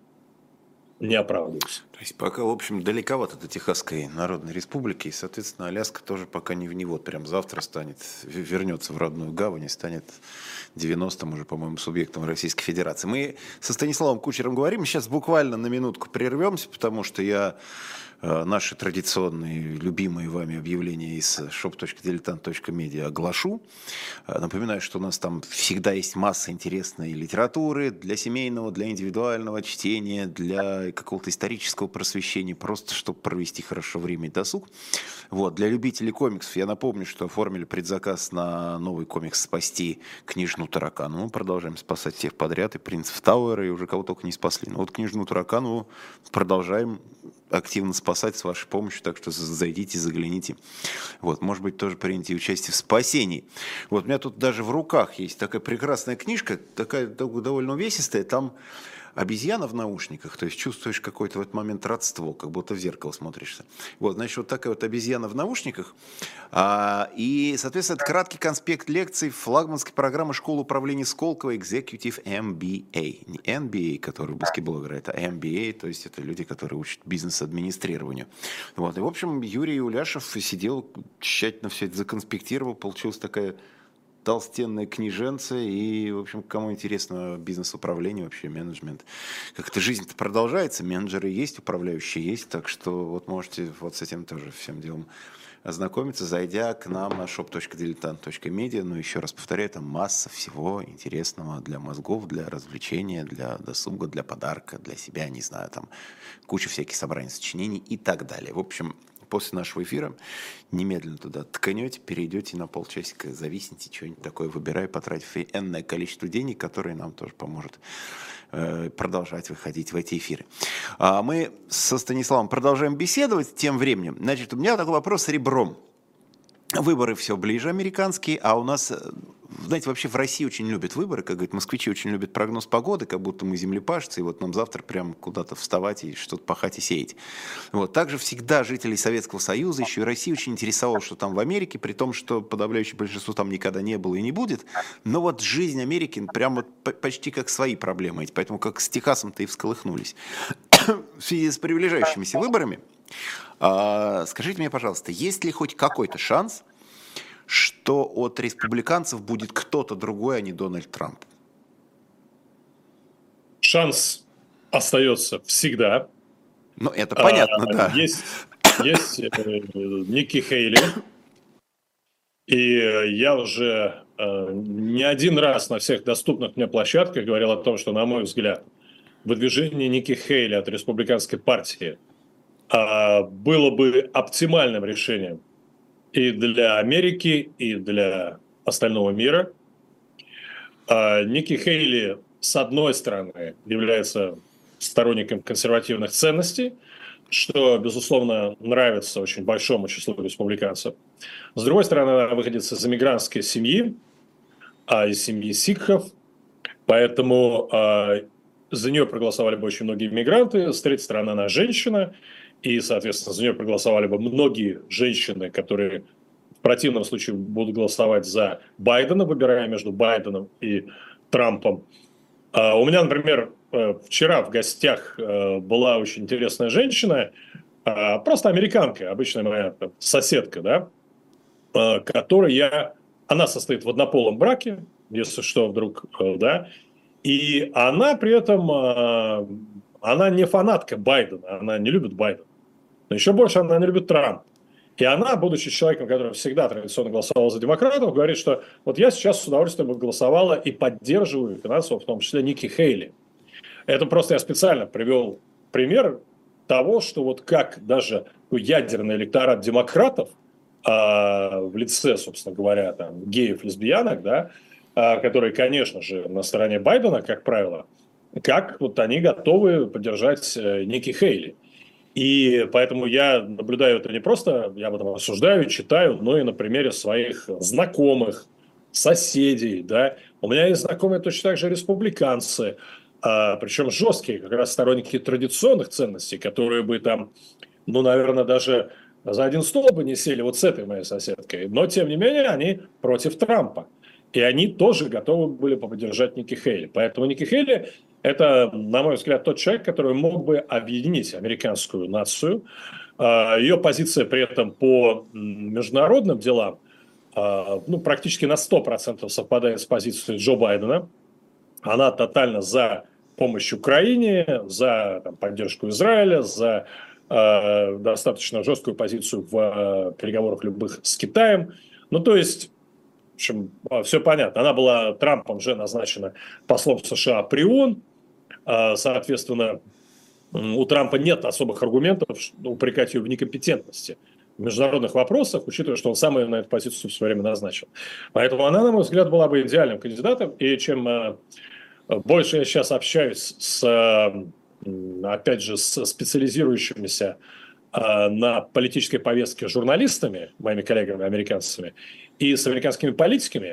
не оправдываются. То есть пока, в общем, далековато до Техасской Народной Республики, и, соответственно, Аляска тоже пока не в него. Вот прям завтра станет, вернется в родную гавань и станет девяностым уже, по-моему, субъектом Российской Федерации. Мы со Станиславом Кучером говорим, сейчас буквально на минутку прервемся, потому что я э, наши традиционные, любимые вами объявления из шоп точка дилетант точка медиа оглашу. Э, напоминаю, что у нас там всегда есть масса интересной литературы для семейного, для индивидуального чтения, для какого-то исторического просвещения, просто чтобы провести хорошо время и досуг. Вот. Для любителей комиксов я напомню, что оформили предзаказ на новый комикс «Спасти княжну Тараканову». Мы продолжаем спасать всех подряд, и принцев Тауэра, и уже кого только не спасли. Но вот княжну Тараканову продолжаем активно спасать с вашей помощью, так что зайдите, загляните. Вот, может быть, тоже примите участие в спасении. Вот, у меня тут даже в руках есть такая прекрасная книжка, такая довольно увесистая, там обезьяна в наушниках, то есть чувствуешь какое-то в этот момент родство, как будто в зеркало смотришься. Вот, значит, вот такая вот обезьяна в наушниках. А, и, соответственно, это краткий конспект лекций флагманской программы школы управления Сколково Executive эм би эй. Не эн би эй, который в баскетбол играет, а эм би эй, то есть это люди, которые учат бизнес-администрированию. Вот, и, в общем, Юрий Уляшев сидел, тщательно все это законспектировал, получилась такая толстенная книженца, и, в общем, кому интересно бизнес-управление, вообще менеджмент. Как-то жизнь-то продолжается, менеджеры есть, управляющие есть, так что вот можете вот с этим тоже всем делом ознакомиться, зайдя к нам на шоп точка дилетант точка медиа. Но еще раз повторяю, там масса всего интересного для мозгов, для развлечения, для досуга, для подарка, для себя, не знаю, там куча всяких собраний, сочинений и так далее. В общем, после нашего эфира немедленно туда тканете, перейдете на полчасика, зависните, что-нибудь такое выбирая, потратив энное количество денег, которое нам тоже поможет э, продолжать выходить в эти эфиры. А мы со Станиславом продолжаем беседовать тем временем. Значит, у меня такой вопрос с ребром. Выборы все ближе американские, а у нас, знаете, вообще в России очень любят выборы, как говорят, москвичи очень любят прогноз погоды, как будто мы землепашцы, и вот нам завтра прям куда-то вставать и что-то пахать и сеять. Вот. Также всегда жителей Советского Союза, еще и России очень интересовало, что там в Америке, при том, что подавляющее большинство там никогда не было и не будет, но вот жизнь Америки прям вот почти как свои проблемы, поэтому как с Техасом-то и всколыхнулись. В связи с приближающимися выборами, а, скажите мне, пожалуйста, есть ли хоть какой-то шанс, что от республиканцев будет кто-то другой, а не Дональд Трамп? Шанс остается всегда. Ну, это понятно, а, да. Есть, есть э, Никки Хейли. И я уже э, не один раз на всех доступных мне площадках говорил о том, что, на мой взгляд, выдвижение Никки Хейли от республиканской партии э, было бы оптимальным решением и для Америки, и для остального мира. Э, Никки Хейли, с одной стороны, является сторонником консервативных ценностей, что, безусловно, нравится очень большому числу республиканцев. С другой стороны, она выходит из иммигрантской семьи, а из семьи сикхов, поэтому а, за нее проголосовали бы очень многие иммигранты. С третьей стороны, она женщина, и, соответственно, за нее проголосовали бы многие женщины, которые в противном случае будут голосовать за Байдена, выбирая между Байденом и Трампом. А, у меня, например, вчера в гостях была очень интересная женщина, просто американка, обычная моя соседка, да, которой я... Она состоит в однополом браке, если что, вдруг, да, и она при этом она не фанатка Байдена, она не любит Байдена. Но еще больше она не любит Трампа. И она, будучи человеком, который всегда традиционно голосовал за демократов, говорит, что вот я сейчас с удовольствием бы голосовала и поддерживаю финансово, в том числе Ники Хейли. Это просто я специально привел пример того, что вот как даже ядерный электорат демократов а, в лице, собственно говоря, там, геев, лесбиянок, да, а, которые, конечно же, на стороне Байдена, как правило, как вот они готовы поддержать э, Ники Хейли. И поэтому я наблюдаю это не просто, я об этом рассуждаю, читаю, но и на примере своих знакомых, соседей, да. У меня есть знакомые точно так же республиканцы, а, причем жесткие, как раз сторонники традиционных ценностей, которые бы там, ну, наверное, даже за один стол бы не сели вот с этой моей соседкой. Но, тем не менее, они против Трампа. И они тоже готовы были поддержать Ники Хейли. Поэтому Ники Хейли – это, на мой взгляд, тот человек, который мог бы объединить американскую нацию. Ее позиция при этом по международным делам ну, практически на сто процентов совпадает с позицией Джо Байдена. Она тотально за помощь Украине, за там, поддержку Израиля, за э, достаточно жесткую позицию в э, переговорах любых с Китаем. Ну, то есть, в общем, все понятно. Она была Трампом уже назначена послом США при ООН. Э, соответственно, у Трампа нет особых аргументов упрекать ее в некомпетентности в международных вопросах, учитывая, что он сам ее на эту позицию в свое время назначил. Поэтому она, на мой взгляд, была бы идеальным кандидатом. И чем э, больше я сейчас общаюсь с, опять же, с специализирующимися э, на политической повестке журналистами, моими коллегами американцами, и с американскими политиками,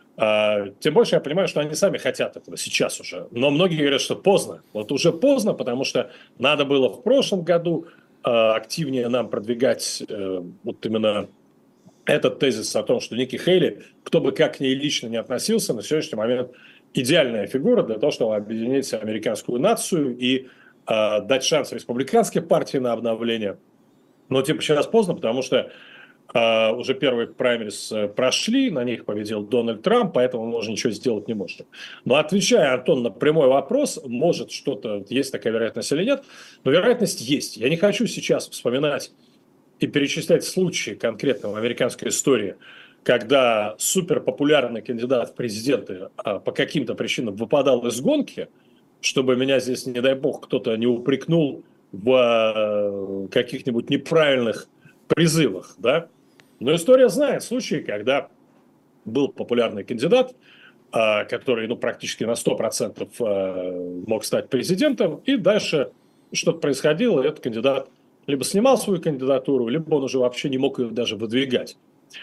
э, тем больше я понимаю, что они сами хотят этого сейчас уже. Но многие говорят, что поздно. Вот уже поздно, потому что надо было в прошлом году э, активнее нам продвигать э, вот именно этот тезис о том, что Ники Хейли, кто бы как к ней лично не относился, на сегодняшний момент идеальная фигура для того, чтобы объединить американскую нацию и э, дать шанс республиканской партии на обновление. Но типа сейчас поздно, потому что э, уже первые праймерис прошли, на них победил Дональд Трамп, поэтому мы уже ничего сделать не можем. Но отвечая, Антон, на прямой вопрос, может что-то, есть такая вероятность или нет, но вероятность есть. Я не хочу сейчас вспоминать и перечислять случаи конкретно в американской истории, когда суперпопулярный кандидат в президенты а, по каким-то причинам выпадал из гонки, чтобы меня здесь, не дай бог, кто-то не упрекнул в а, каких-нибудь неправильных призывах, да. Но история знает случаи, когда был популярный кандидат, а, который ну, практически на сто процентов а, мог стать президентом, и дальше что-то происходило, и этот кандидат либо снимал свою кандидатуру, либо он уже вообще не мог ее даже выдвигать.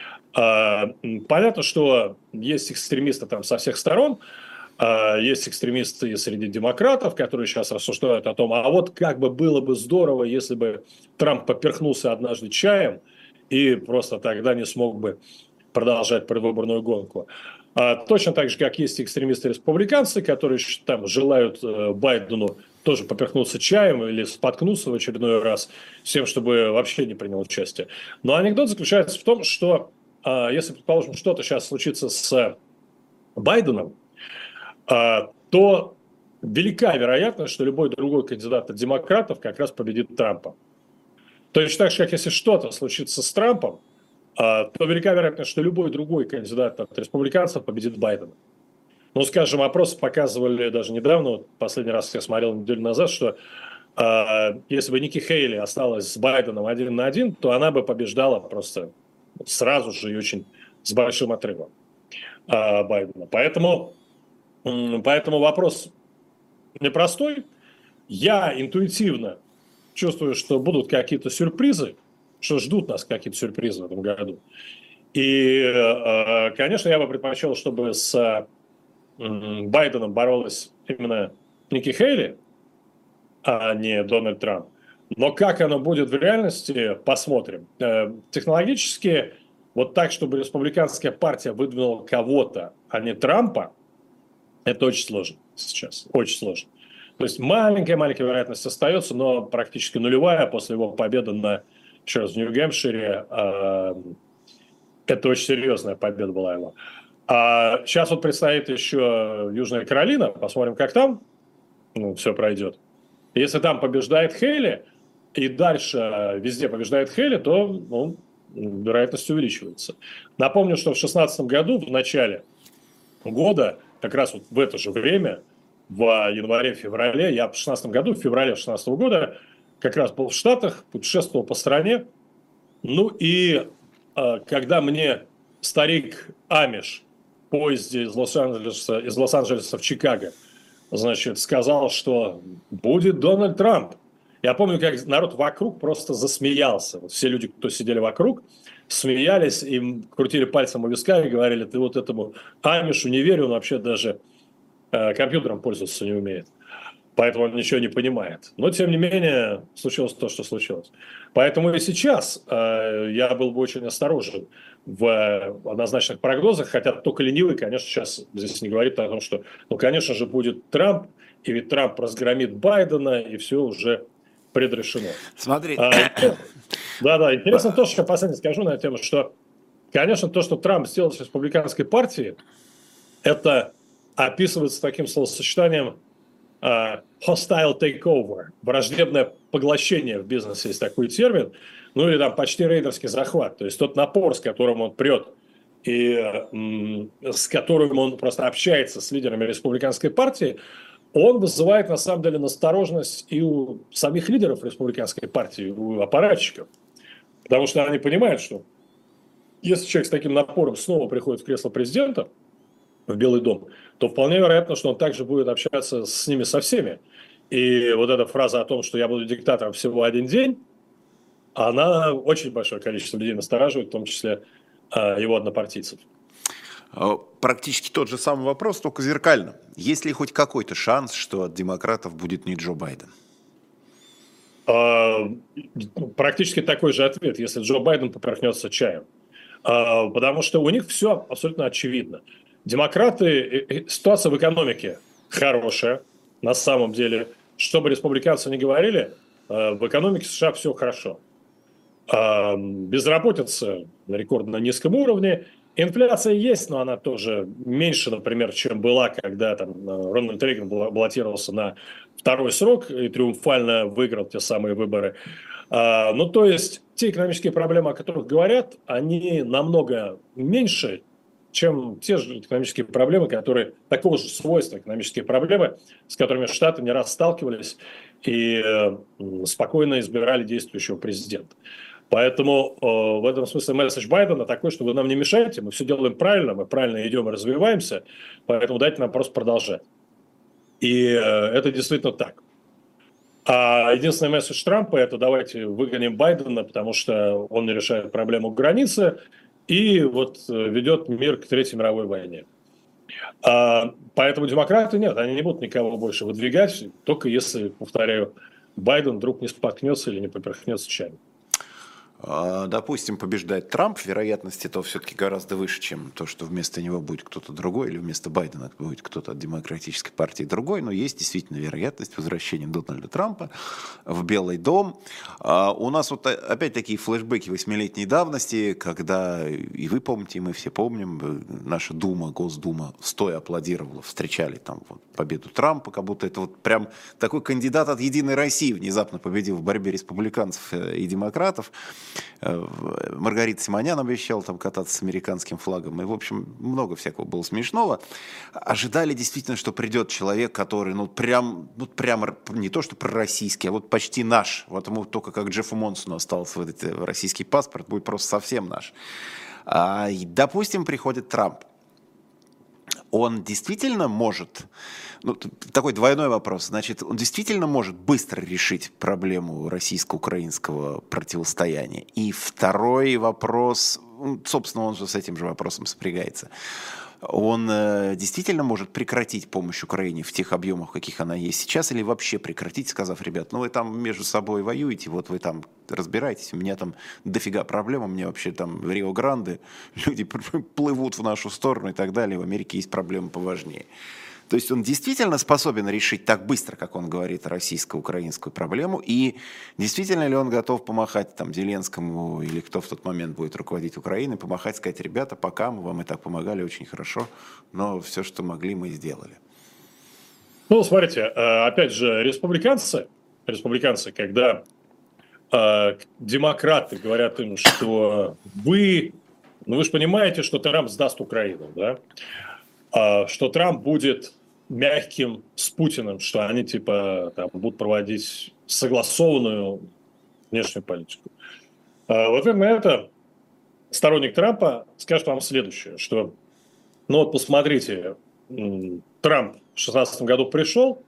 Понятно, что есть экстремисты там со всех сторон, есть экстремисты среди демократов, которые сейчас рассуждают о том, а вот как бы было бы здорово, если бы Трамп поперхнулся однажды чаем и просто тогда не смог бы продолжать предвыборную гонку. Точно так же, как есть экстремисты-республиканцы, которые там желают Байдену тоже поперхнуться чаем или споткнуться в очередной раз с тем, чтобы вообще не принял участие. Но анекдот заключается в том, что если, предположим, что-то сейчас случится с Байденом, то велика вероятность, что любой другой кандидат от демократов как раз победит Трампа. Точно так же, как если что-то случится с Трампом, то велика вероятность, что любой другой кандидат от республиканцев победит Байдена. Ну, скажем, опросы показывали даже недавно, вот последний раз я смотрел неделю назад, что э, если бы Ники Хейли осталась с Байденом один на один, то она бы побеждала просто сразу же и очень с большим отрывом э, Байдена. Поэтому, э, поэтому вопрос непростой. Я интуитивно чувствую, что будут какие-то сюрпризы, что ждут нас какие-то сюрпризы в этом году. И, э, конечно, я бы предпочел, чтобы с Байденом боролась именно Ники Хейли, а не Дональд Трамп. Но как оно будет в реальности, посмотрим. Технологически, вот так, чтобы республиканская партия выдвинула кого-то, а не Трампа, это очень сложно сейчас. Очень сложно. То есть маленькая-маленькая вероятность остается, но практически нулевая после его победы на, еще раз, в Нью-Гэмпшире. Это очень серьезная победа была его. А сейчас вот предстоит еще Южная Каролина. Посмотрим, как там ну, все пройдет. Если там побеждает Хейли, и дальше везде побеждает Хейли, то ну, вероятность увеличивается. Напомню, что в две тысячи шестнадцатом году, в начале года, как раз вот в это же время, в январе-феврале, я в шестнадцатом году, в феврале шестнадцатого года, как раз был в Штатах, путешествовал по стране. Ну и э, когда мне старик Амиш в поезде из Лос-Анджелеса, из Лос-Анджелеса в Чикаго, значит, сказал, что будет Дональд Трамп. Я помню, как народ вокруг просто засмеялся. Вот все люди, кто сидели вокруг, смеялись и крутили пальцем у виска и говорили: ты вот этому Амишу не верю, он вообще даже э, компьютером пользоваться не умеет. Поэтому он ничего не понимает. Но, тем не менее, случилось то, что случилось. Поэтому и сейчас э, я был бы очень осторожен в однозначных прогнозах, хотя только ленивый, конечно, сейчас здесь не говорит о том, что, ну, конечно же, будет Трамп, и ведь Трамп разгромит Байдена, и все уже предрешено. Смотри. Да-да, интересно то, что я последнее скажу на эту тему, что, конечно, то, что Трамп сделал с республиканской партией, это описывается таким словосочетанием Uh, hostile takeover, враждебное поглощение в бизнесе, есть такой термин, ну или там почти рейдерский захват, то есть тот напор, с которым он прет и м, с которым он просто общается с лидерами республиканской партии, он вызывает на самом деле настороженность и у самих лидеров республиканской партии, у аппаратчиков, потому что они понимают, что если человек с таким напором снова приходит в кресло президента, в Белый дом, то вполне вероятно, что он также будет общаться с ними со всеми. И вот эта фраза о том, что я буду диктатором всего один день, она очень большое количество людей настораживает, в том числе э, его однопартийцев. Практически тот же самый вопрос, только зеркально. Есть ли хоть какой-то шанс, что от демократов будет не Джо Байден? Э, практически такой же ответ, если Джо Байден поперхнется чаем. Э, потому что у них все абсолютно очевидно. Демократы, ситуация в экономике хорошая, на самом деле. Что бы республиканцы ни говорили, в экономике США все хорошо. Безработица на рекордно низком уровне. Инфляция есть, но она тоже меньше, например, чем была, когда там Рональд Рейган баллотировался на второй срок и триумфально выиграл те самые выборы. Ну, то есть, те экономические проблемы, о которых говорят, они намного меньше, чем те же экономические проблемы, которые такого же свойства, экономические проблемы, с которыми Штаты не раз сталкивались и э, спокойно избирали действующего президента. Поэтому э, в этом смысле месседж Байдена такой, что вы нам не мешаете, мы все делаем правильно, мы правильно идем и развиваемся, поэтому дайте нам просто продолжать. И э, это действительно так. А единственный месседж Трампа – это давайте выгоним Байдена, потому что он не решает проблему границы, и вот ведет мир к Третьей мировой войне. А, поэтому демократы нет, они не будут никого больше выдвигать, только если, повторяю, Байден вдруг не споткнется или не поперхнется чаем. Допустим, побеждает Трамп, вероятность этого все-таки гораздо выше, чем то, что вместо него будет кто-то другой, или вместо Байдена будет кто-то от демократической партии другой, но есть действительно вероятность возвращения Дональда Трампа в Белый дом. У нас вот опять такие флешбеки восьмилетней давности, когда, и вы помните, и мы все помним, наша Дума, Госдума стоя аплодировала, встречали там вот победу Трампа, как будто это вот прям такой кандидат от Единой России внезапно победил в борьбе республиканцев и демократов. Маргарита Симонян обещала там кататься с американским флагом. И, в общем, много всякого было смешного. Ожидали действительно, что придет человек, который, ну, прям, ну, прям не то, что пророссийский, а вот почти наш. Вот ему только как Джеффу Монсону осталось выдать российский паспорт, будет просто совсем наш. А, и, допустим, приходит Трамп. Он действительно может, ну, такой двойной вопрос, значит, он действительно может быстро решить проблему российско-украинского противостояния. И второй вопрос, собственно, он же с этим же вопросом сопрягается. Он э, действительно может прекратить помощь Украине в тех объемах, каких она есть сейчас, или вообще прекратить, сказав: ребят, ну вы там между собой воюете, вот вы там разбирайтесь, у меня там дофига проблем, у меня вообще там в Рио-Гранде люди плывут в нашу сторону и так далее, в Америке есть проблемы поважнее. То есть он действительно способен решить так быстро, как он говорит, российско-украинскую проблему, и действительно ли он готов помахать там Зеленскому или кто в тот момент будет руководить Украиной, помахать, сказать: ребята, пока, мы вам и так помогали очень хорошо, но все, что могли, мы сделали. Ну, смотрите, опять же, республиканцы республиканцы, когда э, демократы говорят им, что вы, ну вы же понимаете, что Трамп сдаст Украину, да? А, что Трамп будет мягким с Путиным, что они типа там, будут проводить согласованную внешнюю политику. А, вот на это сторонник Трампа скажет вам следующее, что ну вот посмотрите, Трамп в шестнадцатом году пришел,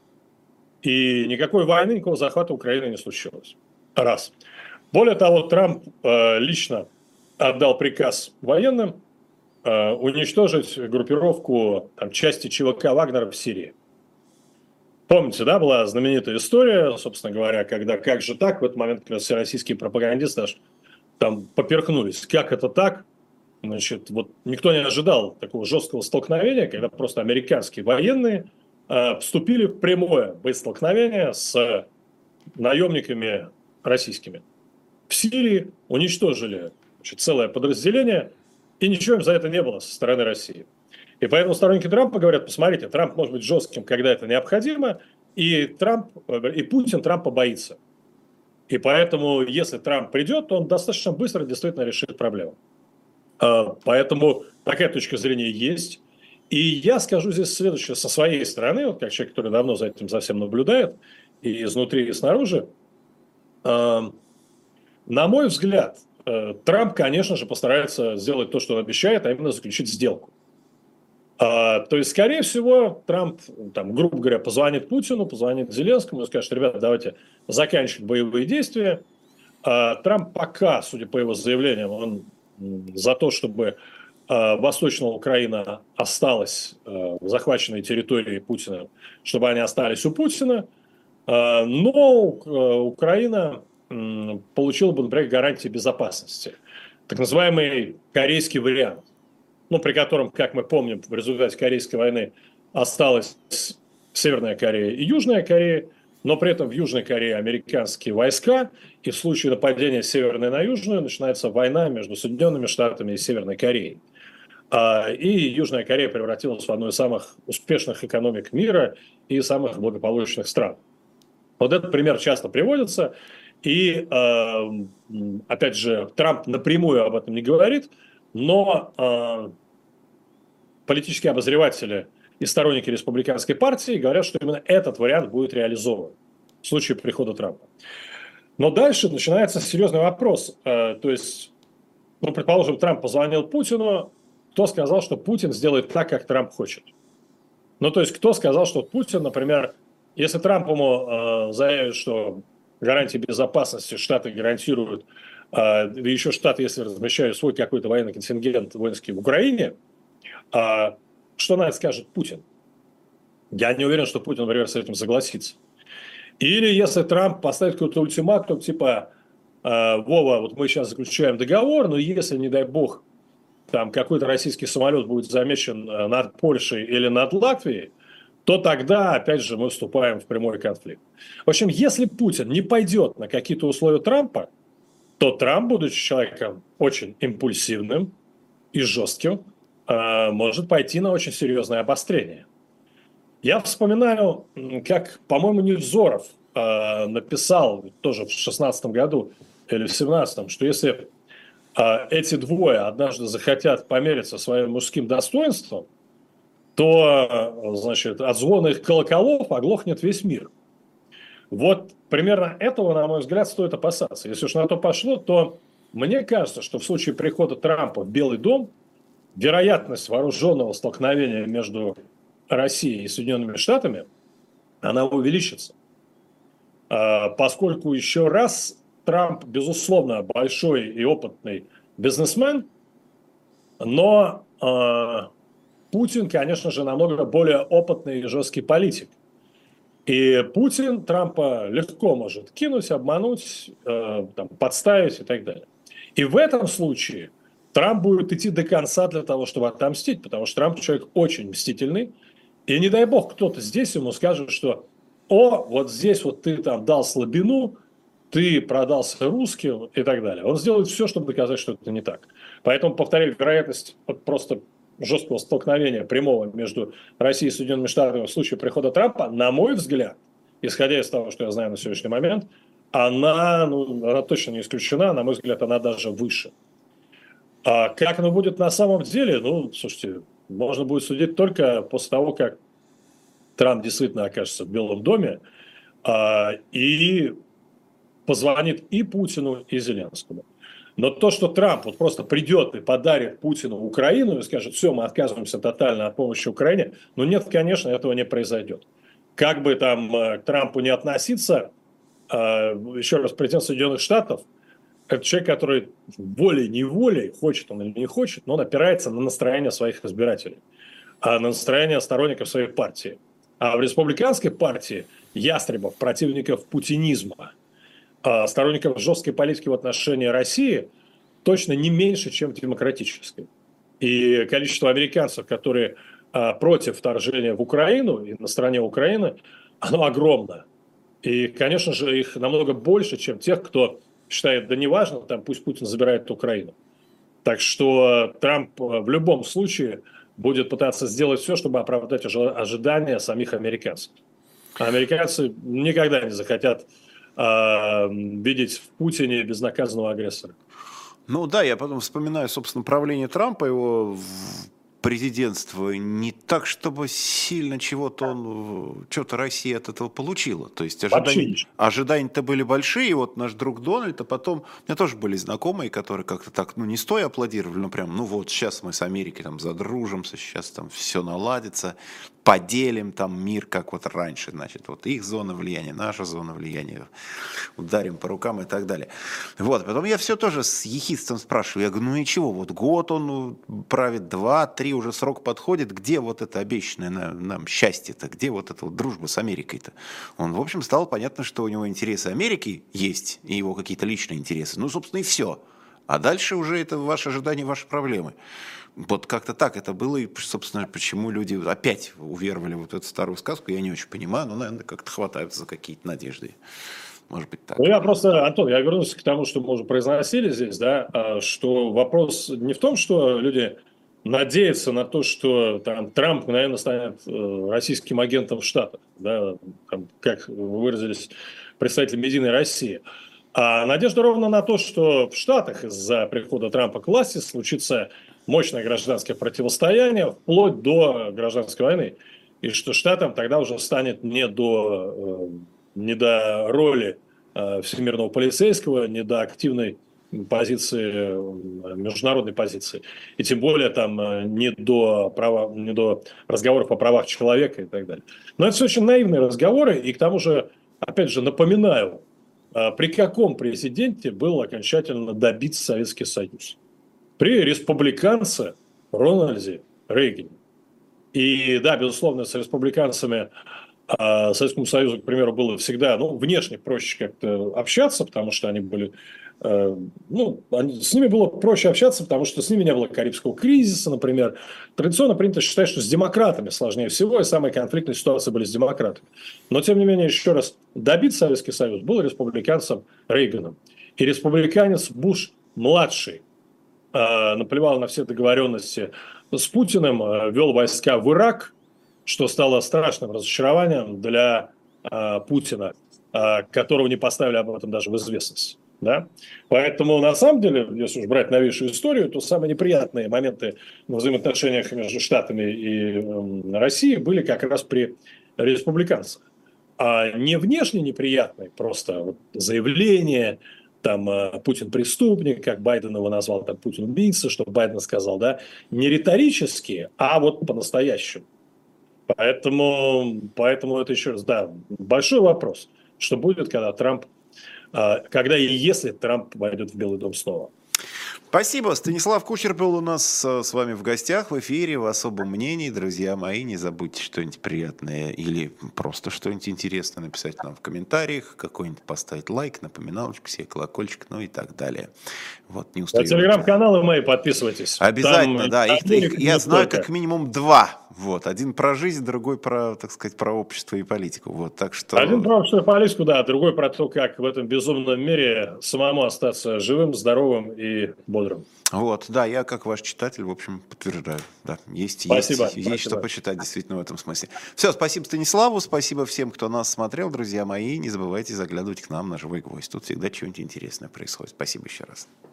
и никакой войны, никакого захвата Украины не случилось. Раз. Более того, Трамп э, лично отдал приказ военным э, уничтожить группировку там, части ЧВК Вагнера в Сирии. Помните, да, была знаменитая история, собственно говоря, когда как же так, в этот момент как раз все российские пропагандисты аж там поперхнулись. Как это так? Значит, вот никто не ожидал такого жесткого столкновения, когда просто американские военные э, вступили в прямое боестолкновение с наемниками российскими. В Сирии уничтожили значит, целое подразделение, и ничего им за это не было со стороны России. И поэтому сторонники Трампа говорят, посмотрите, Трамп может быть жестким, когда это необходимо, и, Трамп, и Путин Трампа боится. И поэтому, если Трамп придет, то он достаточно быстро действительно решит проблему. Поэтому такая точка зрения есть. И я скажу здесь следующее со своей стороны, вот как человек, который давно за этим за всем наблюдает, и изнутри, и снаружи. На мой взгляд, Трамп, конечно же, постарается сделать то, что он обещает, а именно заключить сделку. То есть, скорее всего, Трамп, там, грубо говоря, позвонит Путину, позвонит Зеленскому и скажет, ребята, давайте заканчивать боевые действия. Трамп пока, судя по его заявлениям, он за то, чтобы э, Восточная Украина осталась э, захваченной территорией Путина, чтобы они остались у Путина, э, но э, Украина э, получила бы, например, гарантии безопасности. Так называемый корейский вариант, ну, при котором, как мы помним, в результате Корейской войны осталась Северная Корея и Южная Корея, но при этом в Южной Корее американские войска, и в случае нападения Северной на Южную начинается война между Соединенными Штатами и Северной Кореей. И Южная Корея превратилась в одну из самых успешных экономик мира и самых благополучных стран. Вот этот пример часто приводится, и, опять же, Трамп напрямую об этом не говорит, но политические обозреватели и сторонники республиканской партии говорят, что именно этот вариант будет реализован в случае прихода Трампа. Но дальше начинается серьезный вопрос. То есть, ну, предположим, Трамп позвонил Путину, кто сказал, что Путин сделает так, как Трамп хочет? Ну, то есть, кто сказал, что Путин, например, если Трамп ему заявит, что гарантии безопасности Штаты гарантируют, еще Штаты, если размещают свой какой-то военный контингент воинский в Украине, что на это скажет Путин? Я не уверен, что Путин, например, с этим согласится. Или если Трамп поставит какой-то ультиматум, типа, Вова, вот мы сейчас заключаем договор, но если, не дай бог, там какой-то российский самолет будет замечен над Польшей или над Латвией, то тогда, опять же, мы вступаем в прямой конфликт. В общем, если Путин не пойдет на какие-то условия Трампа, то Трамп, будучи человеком очень импульсивным и жестким, может пойти на очень серьезное обострение. Я вспоминаю, как, по-моему, Невзоров э, написал тоже в шестнадцатом году или в семнадцатом, что если э, эти двое однажды захотят помериться своим мужским достоинством, то, э, значит, от звона их колоколов оглохнет весь мир. Вот примерно этого, на мой взгляд, стоит опасаться. Если уж на то пошло, то мне кажется, что в случае прихода Трампа в Белый дом вероятность вооруженного столкновения между Россией и Соединенными Штатами, она увеличится. Поскольку еще раз Трамп, безусловно, большой и опытный бизнесмен, но Путин, конечно же, намного более опытный и жесткий политик. И Путин Трампа легко может кинуть, обмануть, там, подставить и так далее. И в этом случае Трамп будет идти до конца для того, чтобы отомстить, потому что Трамп человек очень мстительный. И не дай бог кто-то здесь ему скажет, что о, вот здесь вот ты там дал слабину, ты продался русским и так далее. Он сделает все, чтобы доказать, что это не так. Поэтому, повторяю, вероятность просто жесткого столкновения прямого между Россией и Соединенными Штатами в случае прихода Трампа, на мой взгляд, исходя из того, что я знаю на сегодняшний момент, она, ну, она точно не исключена, на мой взгляд, она даже выше. А как оно будет на самом деле, ну, слушайте, можно будет судить только после того, как Трамп действительно окажется в Белом доме а, и позвонит и Путину, и Зеленскому. Но то, что Трамп вот просто придет и подарит Путину Украину и скажет, все, мы отказываемся тотально от помощи Украине, ну нет, конечно, этого не произойдет. Как бы там к Трампу не относиться, еще раз, президент Соединенных Штатов, это человек, который волей-неволей, хочет он или не хочет, но он опирается на настроение своих избирателей, а на настроение сторонников своей партии. А в республиканской партии ястребов, противников путинизма, сторонников жесткой политики в отношении России точно не меньше, чем демократической. И количество американцев, которые против вторжения в Украину и на стороне Украины, оно огромно. И, конечно же, их намного больше, чем тех, кто считает, да неважно, там пусть Путин забирает Украину. Так что Трамп в любом случае будет пытаться сделать все, чтобы оправдать ожидания самих американцев. А американцы никогда не захотят э, видеть в Путине безнаказанного агрессора. Ну да, я потом вспоминаю, собственно, правление Трампа, его президентство, не так, чтобы сильно чего-то он, что-то Россия от этого получила. То есть ожидания, ожидания-то были большие, и вот наш друг Дональд, а потом, у меня тоже были знакомые, которые как-то так, ну не стоя аплодировали, но прям, ну вот сейчас мы с Америкой там задружимся, сейчас там все наладится, поделим там мир, как вот раньше, значит, вот их зона влияния, наша зона влияния, ударим по рукам и так далее. Вот, потом я все тоже с ехидством спрашиваю, я говорю, ну и чего, вот год он правит, два, три, уже срок подходит, где вот это обещанное нам, нам счастье-то, где вот эта вот дружба с Америкой-то? Он, в общем, стало понятно, что у него интересы Америки есть, и его какие-то личные интересы, ну, собственно, и все. А дальше уже это ваши ожидания, ваши проблемы. Вот как-то так это было, и, собственно, почему люди опять уверовали в вот эту старую сказку, я не очень понимаю, но, наверное, как-то хватаются за какие-то надежды. Может быть так. Ну, я просто, Антон, я вернусь к тому, что мы уже произносили здесь, да, что вопрос не в том, что люди надеются на то, что там, Трамп, наверное, станет российским агентом в Штатах, да, там, как вы выразились, представителем «Единой России». А надежда ровно на то, что в Штатах из-за прихода Трампа к власти случится мощное гражданское противостояние вплоть до гражданской войны. И что Штатам тогда уже станет не до, не до роли всемирного полицейского, не до активной позиции, международной позиции. И тем более там не до, права, не до разговоров о правах человека и так далее. Но это все очень наивные разговоры. И к тому же, опять же, напоминаю, при каком президенте был окончательно добит Советский Союз? При республиканце Рональде Рейгане. И да, безусловно, с республиканцами э, Советскому Союзу, к примеру, было всегда, ну, внешне проще как-то общаться, потому что они были, э, ну, они, с ними было проще общаться, потому что с ними не было Карибского кризиса, например. Традиционно принято считать, что с демократами сложнее всего, и самые конфликтные ситуации были с демократами. Но, тем не менее, еще раз, добит Советский Союз был республиканцем Рейганом. И республиканец Буш-младший наплевал на все договоренности с Путиным, вел войска в Ирак, что стало страшным разочарованием для э, Путина, э, которого не поставили об этом даже в известность. Да? Поэтому, на самом деле, если уж брать новейшую историю, то самые неприятные моменты в взаимоотношениях между Штатами и э, Россией были как раз при республиканцах. А не внешне неприятные, просто вот заявления, там Путин преступник, как Байден его назвал, там Путин убийца, что Байден сказал, да, не риторические, а вот по-настоящему. Поэтому, поэтому это еще раз, да, большой вопрос, что будет, когда Трамп, когда и если Трамп войдет в Белый дом снова. Спасибо. Станислав Кучер был у нас с вами в гостях в эфире в особом мнении. Друзья мои, не забудьте что-нибудь приятное или просто что-нибудь интересное написать нам в комментариях, какой-нибудь поставить лайк, напоминалочку, себе колокольчик, ну и так далее. Вот, не устаю. На телеграм-каналы мои подписывайтесь. Обязательно, там, да. Их, их, я знаю как минимум два. Вот. Один про жизнь, другой про, так сказать, про общество и политику. Вот. Так что... Один про общество и политику, да, другой про то, как в этом безумном мире самому остаться живым, здоровым и бодрым. Вот, да, я как ваш читатель, в общем, подтверждаю. Да, есть, Спасибо, есть, есть спасибо. что почитать действительно в этом смысле. Все, спасибо Станиславу, спасибо всем, кто нас смотрел, друзья мои. Не забывайте заглядывать к нам на «Живой гвоздь». Тут всегда что-нибудь интересное происходит. Спасибо еще раз.